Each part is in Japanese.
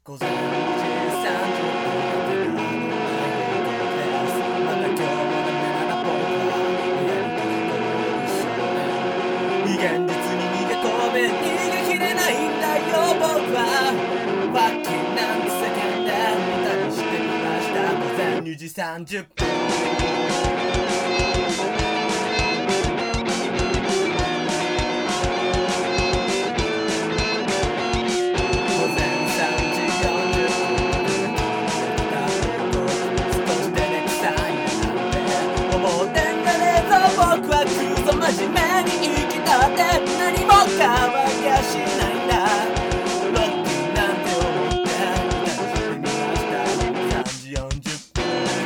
午前2時30分また今日もダメな僕は現実に逃げ込め逃げきれないんだよ僕はバッキーなんて世間で見たりしてみました午前2時30分真面目に生きたって何も変わりゃしないんだロッキーなんて思って歌してみました3時40分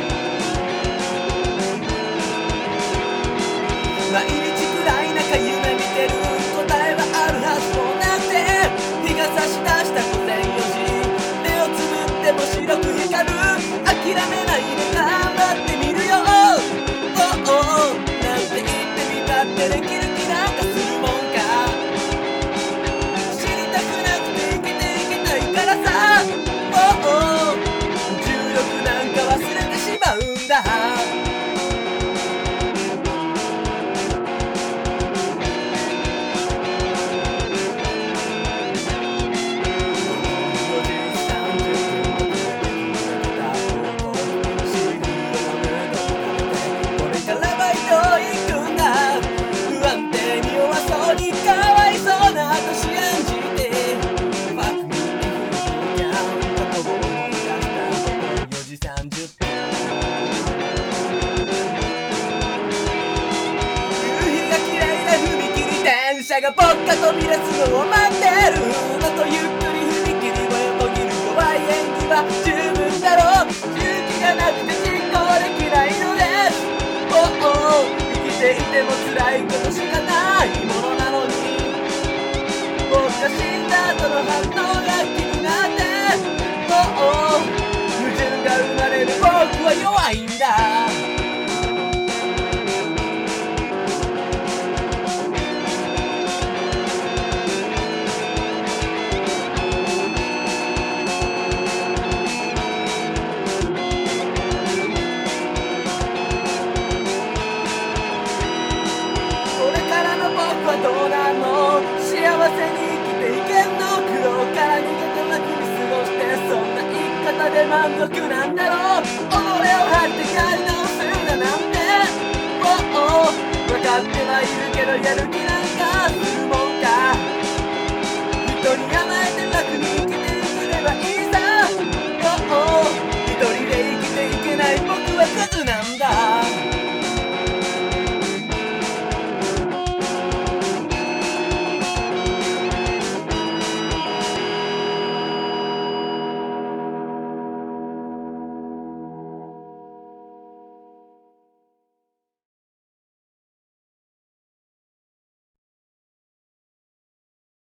毎日暗い中夢見てる答えはあるはずもなくて日が差し出した午前4時目をつぶっても白く光る諦めないで頑張ってみるよできる気なんかするもんか知りたくなくて生きていけないからさ重力なんか忘れてしまうんだが僕が飛び出すのを待ってるのとゆっくり踏切を横切る弱い演技は十分だろう勇気がなくて実行できないのです生きていても辛いことしかないものなのに僕が死んだ後の反応が気になって矛盾が生まれる僕は弱いんだどうなんの幸せに生きていけんの苦労から逃げて楽に過ごしてそんな生き方で満足なんだろう己を張ってやり直すんだなんて分かってはいるけどやる気